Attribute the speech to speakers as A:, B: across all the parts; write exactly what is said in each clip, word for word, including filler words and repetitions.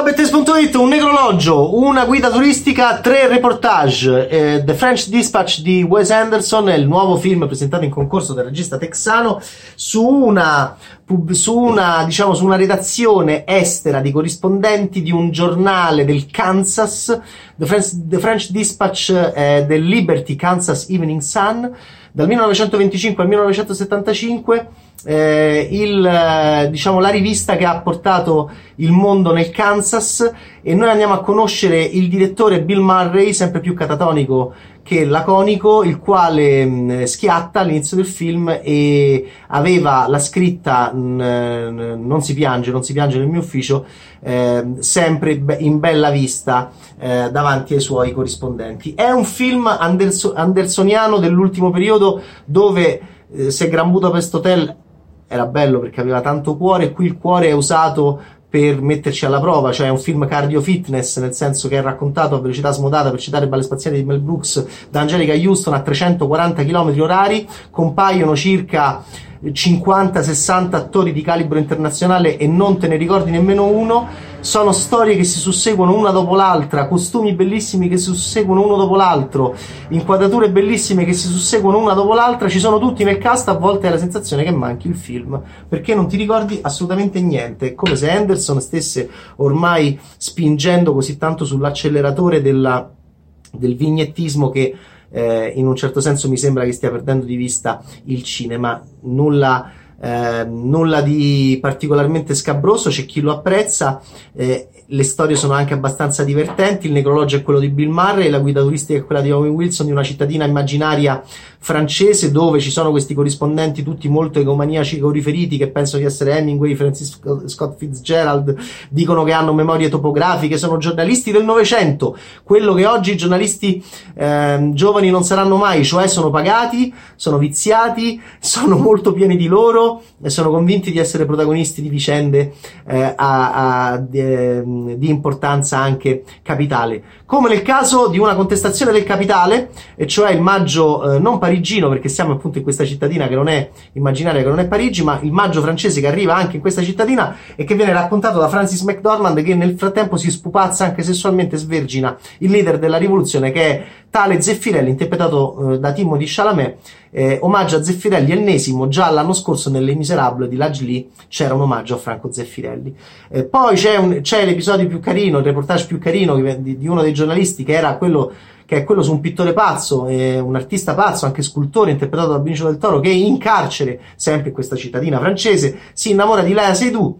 A: Ciao Bettes punto it, un necrologio, una guida turistica, tre reportage. eh, The French Dispatch di Wes Anderson è il nuovo film presentato in concorso dal regista texano su una, su una, diciamo, su una redazione estera di corrispondenti di un giornale del Kansas. The French, The French Dispatch è del Liberty Kansas Evening Sun dal millenovecentoventicinque al millenovecentosettantacinque. Eh, il, eh, diciamo, la rivista che ha portato il mondo nel Kansas, e noi andiamo a conoscere il direttore Bill Murray, sempre più catatonico che laconico, il quale mh, schiatta all'inizio del film e aveva la scritta mh, non si piange, non si piange nel mio ufficio, eh, sempre in bella vista eh, davanti ai suoi corrispondenti. È un film anderso- andersoniano dell'ultimo periodo, dove eh, se Grand Budapest Hotel era bello perché aveva tanto cuore, qui il cuore è usato per metterci alla prova, cioè è un film cardio fitness, nel senso che è raccontato a velocità smodata, per citare Balle spaziali di Mel Brooks, da Angelica Houston a trecentoquaranta chilometri orari. Compaiono circa cinquanta sessanta attori di calibro internazionale e non te ne ricordi nemmeno uno. Sono storie che si susseguono una dopo l'altra, costumi bellissimi che si susseguono uno dopo l'altro, inquadrature bellissime che si susseguono una dopo l'altra. Ci sono tutti nel cast. A volte hai la sensazione che manchi il film perché non ti ricordi assolutamente niente. È come se Anderson stesse ormai spingendo così tanto sull'acceleratore della, del vignettismo che eh, in un certo senso mi sembra che stia perdendo di vista il cinema. Nulla Eh, nulla di particolarmente scabroso, c'è chi lo apprezza, eh, le storie sono anche abbastanza divertenti. Il necrologio è quello di Bill Murray, la guida turistica è quella di Owen Wilson, di una cittadina immaginaria francese dove ci sono questi corrispondenti tutti molto egomaniaci riferiti che pensano di essere Hemingway, Francis Scott Fitzgerald, dicono che hanno memorie topografiche, sono giornalisti del Novecento, quello che oggi i giornalisti eh, giovani non saranno mai, cioè sono pagati, sono viziati, sono molto pieni di loro e sono convinti di essere protagonisti di vicende eh, a, a, di, di importanza anche capitale, come nel caso di una contestazione del capitale, e cioè il maggio eh, non parigino, perché siamo appunto in questa cittadina che non è immaginaria, che non è Parigi, ma il maggio francese che arriva anche in questa cittadina e che viene raccontato da Francis McDormand, che nel frattempo si spupazza anche sessualmente, svergina il leader della rivoluzione, che è tale Zeffirelli, interpretato eh, da Timothée Chalamet. Eh, omaggio a Zeffirelli, ennesimo. Già l'anno scorso nelle Miserable di Lajli c'era un omaggio a Franco Zeffirelli. Eh, poi c'è, un, c'è l'episodio più carino, il reportage più carino di, di uno dei giornalisti, che era quello che è quello su un pittore pazzo, eh, un artista pazzo, anche scultore, interpretato da Benicio del Toro, che in carcere, sempre in questa cittadina francese, si innamora di Léa Seydoux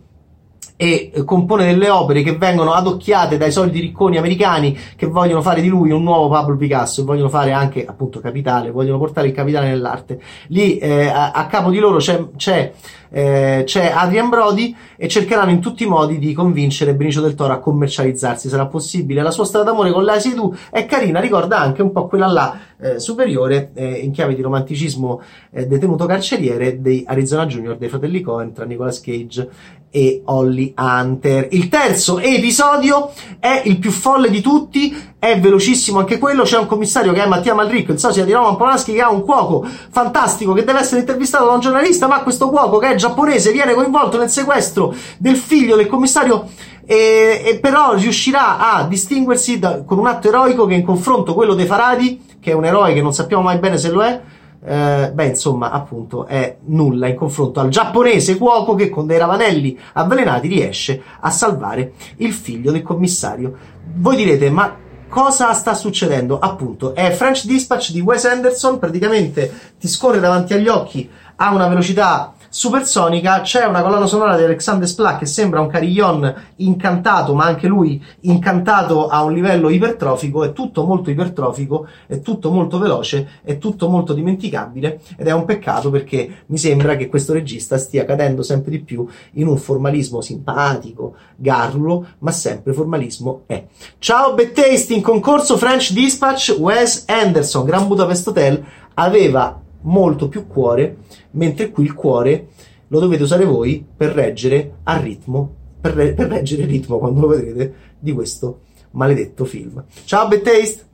A: e compone delle opere che vengono adocchiate dai soliti ricconi americani che vogliono fare di lui un nuovo Pablo Picasso e vogliono fare anche appunto capitale, vogliono portare il capitale nell'arte. Lì eh, a, a capo di loro c'è, c'è, eh, c'è Adrien Brody e cercheranno in tutti i modi di convincere Benicio del Toro a commercializzarsi. Sarà possibile? La sua storia d'amore con Léa Seydoux è carina, ricorda anche un po' quella là eh, superiore eh, in chiave di romanticismo eh, detenuto carceriere dei Arizona Junior, dei fratelli Coen, tra Nicolas Cage e Holly Hunter. Il terzo episodio è il più folle di tutti, è velocissimo anche quello. C'è un commissario che è Mattia Malricco, il sosia di Roman Polanski, che ha un cuoco fantastico che deve essere intervistato da un giornalista, ma questo cuoco, che è giapponese, viene coinvolto nel sequestro del figlio del commissario e, e però riuscirà a distinguersi da, con un atto eroico che in confronto quello dei Faradi, che è un eroe che non sappiamo mai bene se lo è, Eh, beh, insomma, appunto, è nulla in confronto al giapponese cuoco che con dei ravanelli avvelenati riesce a salvare il figlio del commissario. Voi direte, ma cosa sta succedendo? Appunto, è French Dispatch di Wes Anderson, praticamente ti scorre davanti agli occhi a una velocità supersonica. C'è una colonna sonora di Alexandre Desplat che sembra un carillon incantato, ma anche lui incantato a un livello ipertrofico. È tutto molto ipertrofico, è tutto molto veloce, è tutto molto dimenticabile, ed è un peccato perché mi sembra che questo regista stia cadendo sempre di più in un formalismo simpatico, garrulo, ma sempre formalismo è. Ciao Bettaste, in concorso French Dispatch, Wes Anderson. Grand Budapest Hotel aveva molto più cuore, mentre qui il cuore lo dovete usare voi per reggere al ritmo, per, re- per reggere il ritmo quando lo vedrete di questo maledetto film. Ciao Bettaste!